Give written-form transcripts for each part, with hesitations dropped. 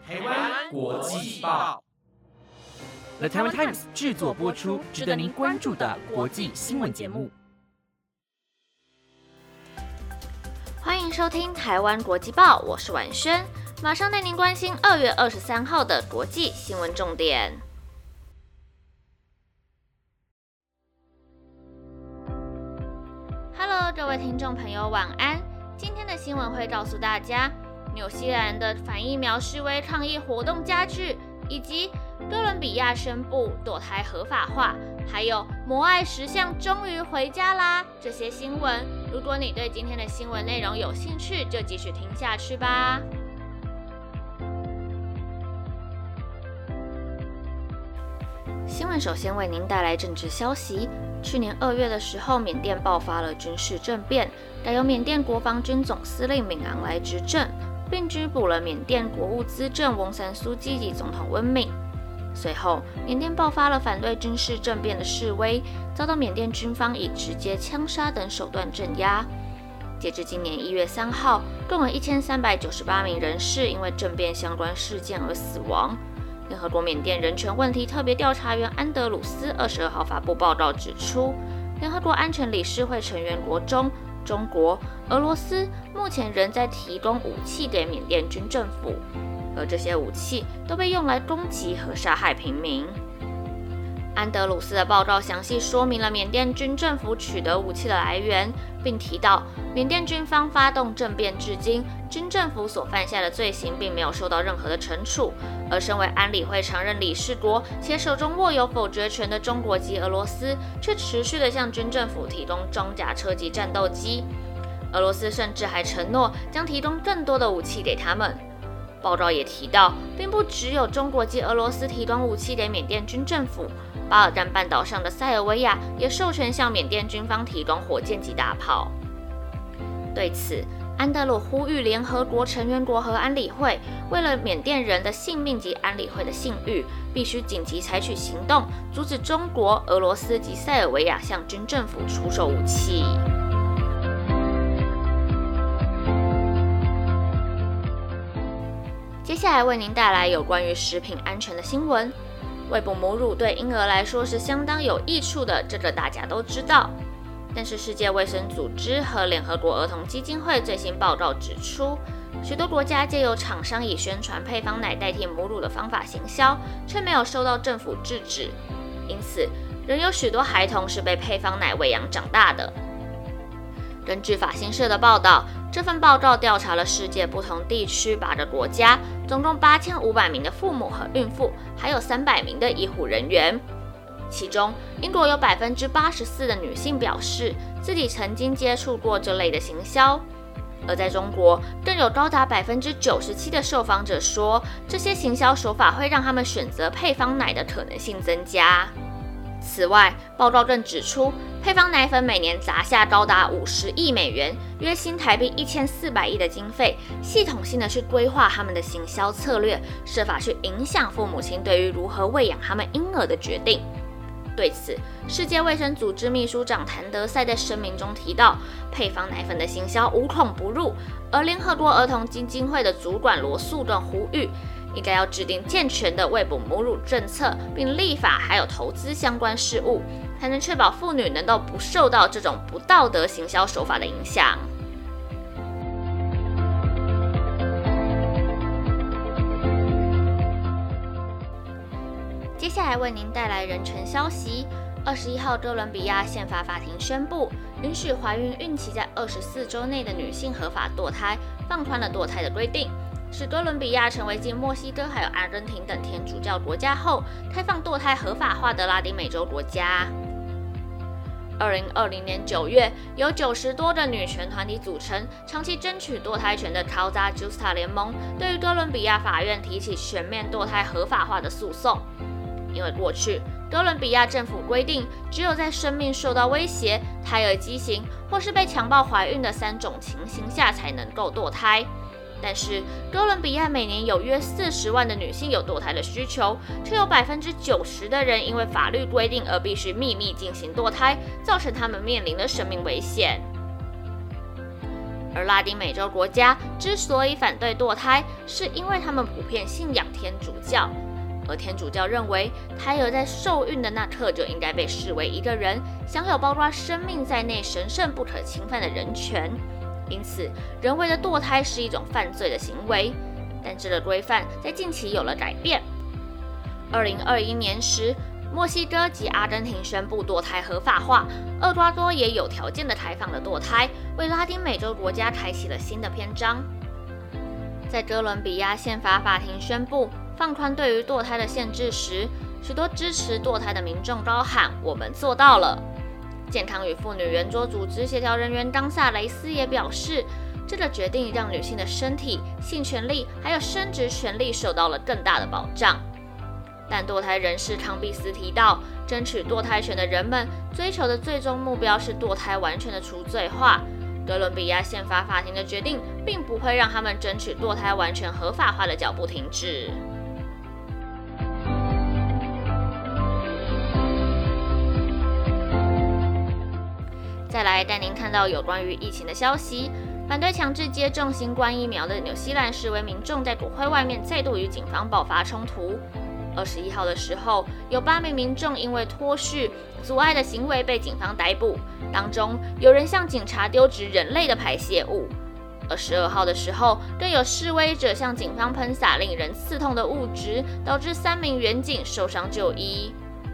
台湾国际报 The Taiwan Times 制作播出，值得您关注的国际新闻节目。 欢迎收听台湾国际报，我是婉萱，马上带您关心2月23号的国际新闻重点。Hello， 各位听众朋友，晚安。今天的新闻会告诉大家，纽西兰的反疫苗示威抗议活动加剧，以及哥伦比亚宣布堕胎合法化，还有摩艾石像终于回家啦。这些新闻，如果你对今天的新闻内容有兴趣，就继续听下去吧。新闻首先为您带来政治消息。去年2月的时候，缅甸爆发了军事政变，改由缅甸国防军总司令敏昂莱执政，并拘捕了缅甸国务资政翁山苏基及总统温敏。随后，缅甸爆发了反对军事政变的示威，遭到缅甸军方以直接枪杀等手段镇压。截至今年1月3号，共有1398名人士因为政变相关事件而死亡。联合国缅甸人权问题特别调查员安德鲁斯22号发布报告指出，联合国安全理事会成员国中，中国、俄罗斯目前仍在提供武器给缅甸军政府，而这些武器都被用来攻击和杀害平民。安德鲁斯的报告详细说明了缅甸军政府取得武器的来源，并提到缅甸军方发动政变至今，军政府所犯下的罪行并没有受到任何的惩处，而身为安理会常任理事国且手中握有否决权的中国及俄罗斯，却持续地向军政府提供装甲车及战斗机。俄罗斯甚至还承诺将提供更多的武器给他们。报告也提到，并不只有中国及俄罗斯提供武器给缅甸军政府，巴尔干半岛上的塞尔维亚也授权向缅甸军方提供火箭及大炮。对此，安德鲁呼吁联合国成员国和安理会，为了缅甸人的性命及安理会的信誉，必须紧急采取行动，阻止中国、俄罗斯及塞尔维亚向军政府出售武器。接下来为您带来有关于食品安全的新闻。喂哺母乳对婴儿来说是相当有益处的，这个大家都知道。但是世界卫生组织和联合国儿童基金会最新报告指出，许多国家借由厂商以宣传配方奶代替母乳的方法行销，却没有受到政府制止，因此仍有许多孩童是被配方奶喂养长大的。根据法新社的报道，这份报告调查了世界不同地区8个国家，总共8500名的父母和孕妇，还有300名的医护人员。其中，英国有84%的女性表示自己曾经接触过这类的行销，而在中国，更有高达97%的受访者说，这些行销手法会让他们选择配方奶的可能性增加。此外，报告更指出，配方奶粉每年砸下高达50亿美元，约新台币1400亿的经费，系统性的去规划他们的行销策略，设法去影响父母亲对于如何喂养他们婴儿的决定。对此，世界卫生组织秘书长谭德赛在声明中提到，配方奶粉的行销无孔不入，而联合国儿童基金会的主管罗素更呼吁，应该要制定健全的喂哺母乳政策，并立法还有投资相关事务，才能确保妇女能够不受到这种不道德行销手法的影响。接下来为您带来人权消息。21号，哥伦比亚宪法法庭宣布，允许怀孕孕期在24周内的女性合法堕胎，放宽了堕胎的规定，使哥伦比亚成为继墨西哥还有阿根廷等天主教国家后，开放堕胎合法化的拉丁美洲国家。2020年9月，由90多个女权团体组成、长期争取堕胎权的 Causa Justa 联盟，对于哥伦比亚法院提起全面堕胎合法化的诉讼。因为过去哥伦比亚政府规定，只有在生命受到威胁、胎儿畸形或是被强暴怀孕的3种情形下才能够堕胎。但是哥伦比亚每年有约40万的女性有堕胎的需求，却有90%的人因为法律规定而必须秘密进行堕胎，造成他们面临的生命危险。 而拉丁美洲国家之所以反对堕胎，是因为他们普遍信仰天主教，而天主教认为胎儿在受孕的那刻就应该被视为一个人，享有包括生命在内神圣不可侵犯的人权。因此，人为的堕胎是一种犯罪的行为。但这个规范在近期有了改变。2021年时，墨西哥及阿根廷宣布堕胎合法化，厄瓜多也有条件的开放了堕胎，为拉丁美洲国家开启了新的篇章。在哥伦比亚宪法法庭宣布放宽对于堕胎的限制时，许多支持堕胎的民众高喊：“我们做到了！”健康与妇女圆桌组织协调人员冈萨雷斯也表示，这个决定让女性的身体、性权利还有生殖权利受到了更大的保障。但堕胎人士康比斯提到，争取堕胎权的人们追求的最终目标是堕胎完全的除罪化。哥伦比亚宪法法庭的决定并不会让他们争取堕胎完全合法化的脚步停滞。再来带您看到有关于疫情的消息。反对强制接种新冠疫苗的纽西兰示威民众在国会外面再度与警方爆发冲突。21号的时候，有8名民众因为脱序、阻碍的行为被警方逮捕，当中有人向警察丢掷人类的排泄物。22号的时候，更有示威者向警方喷洒令人刺痛的物质，导致3名员警受伤就医。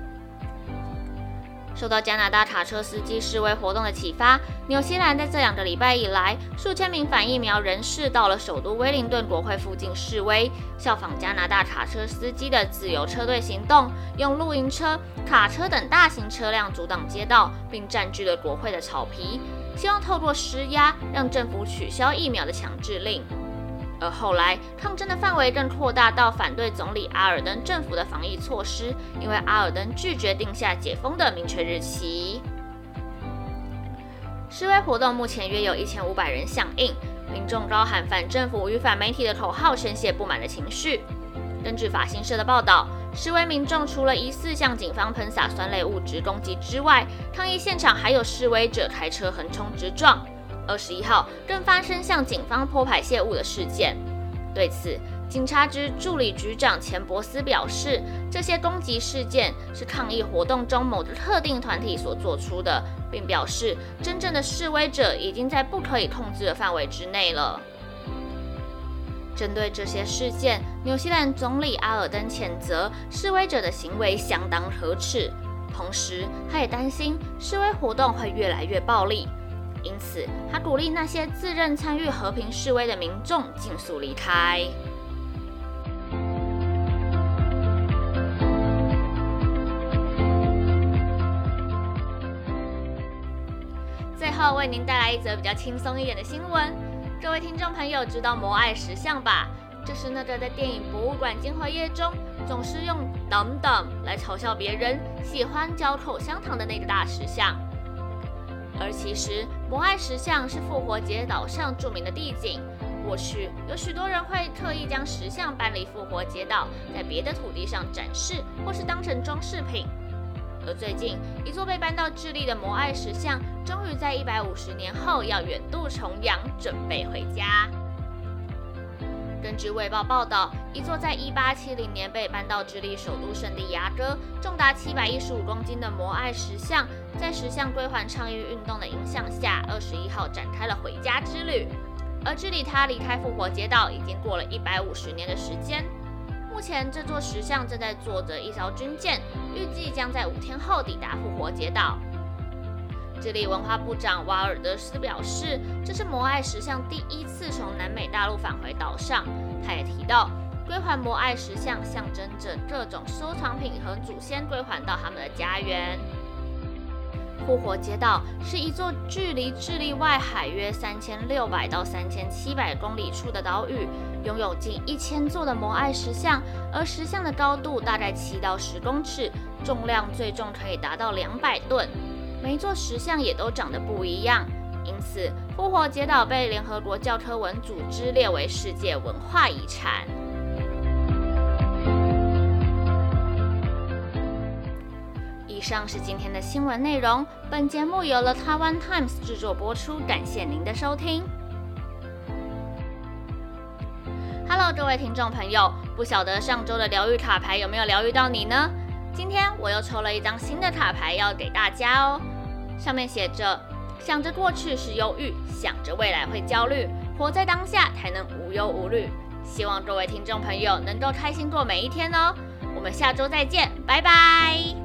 受到加拿大卡车司机示威活动的启发，纽西兰在这2个礼拜以来，数千名反疫苗人士到了首都威灵顿国会附近示威，效仿加拿大卡车司机的自由车队行动，用露营车、卡车等大型车辆阻挡街道，并占据了国会的草皮，希望透过施压让政府取消疫苗的强制令。而后来，抗争的范围更扩大到反对总理阿尔登政府的防疫措施，因为阿尔登拒绝定下解封的明确日期。示威活动目前约有1500人响应，民众高喊反政府与反媒体的口号，宣泄不满的情绪。根据法新社的报道，示威民众除了疑似向警方喷洒酸类物质攻击之外，抗议现场还有示威者开车横冲直撞。21号更发生向警方泼排泄物的事件。对此，警察局助理局长钱伯斯表示，这些攻击事件是抗议活动中某个特定团体所做出的，并表示真正的示威者已经在不可以控制的范围之内了。针对这些事件，纽西兰总理阿尔登谴责示威者的行为相当可耻，同时他也担心示威活动会越来越暴力。因此，他鼓励那些自认参与和平示威的民众尽速离开。最后，为您带来一则比较轻松一点的新闻。各位听众朋友知道摩艾石像吧？就是那个在电影《博物馆惊魂夜》中总是用 dum dum 来嘲笑别人喜欢嚼口香糖的那个大石像。而其实，摩艾石像是复活节岛上著名的地景。过去有许多人会特意将石像搬离复活节岛，在别的土地上展示，或是当成装饰品。而最近，一座被搬到智利的摩艾石像，终于在150年后要远渡重洋，准备回家。根据《卫报》报道，一座在1870年被搬到智利首都圣地亚哥、重达715公斤的摩艾石像，在石像归还倡议运动的影响下，21号展开了回家之旅。而距离他离开复活节岛已经过了150年的时间。目前，这座石像正在坐着一艘军舰，预计将在5天后抵达复活节岛。智利文化部长瓦尔德斯表示，这是摩艾石像第1次从南美大陆返回岛上。他也提到，归还摩艾石像象征着各种收藏品和祖先归还到他们的家园。复活节岛是一座距离智利外海约3600到3700公里处的岛屿，拥有近1000座的摩艾石像，而石像的高度大概7到10公尺，重量最重可以达到200吨。每一座石像也都长得不一样，因此复活节岛被联合国教科文组织列为世界文化遗产。以上是今天的新闻内容，本节目由了台湾 Times 制作播出，感谢您的收听。 各位听众朋友，不晓得上周的疗愈卡牌有没有疗愈到你呢？今天我又抽了一张新的卡牌要给大家哦，上面写着：想着过去是忧郁，想着未来会焦虑，活在当下才能无忧无虑。希望各位听众朋友能够开心过每一天哦。我们下周再见，拜拜。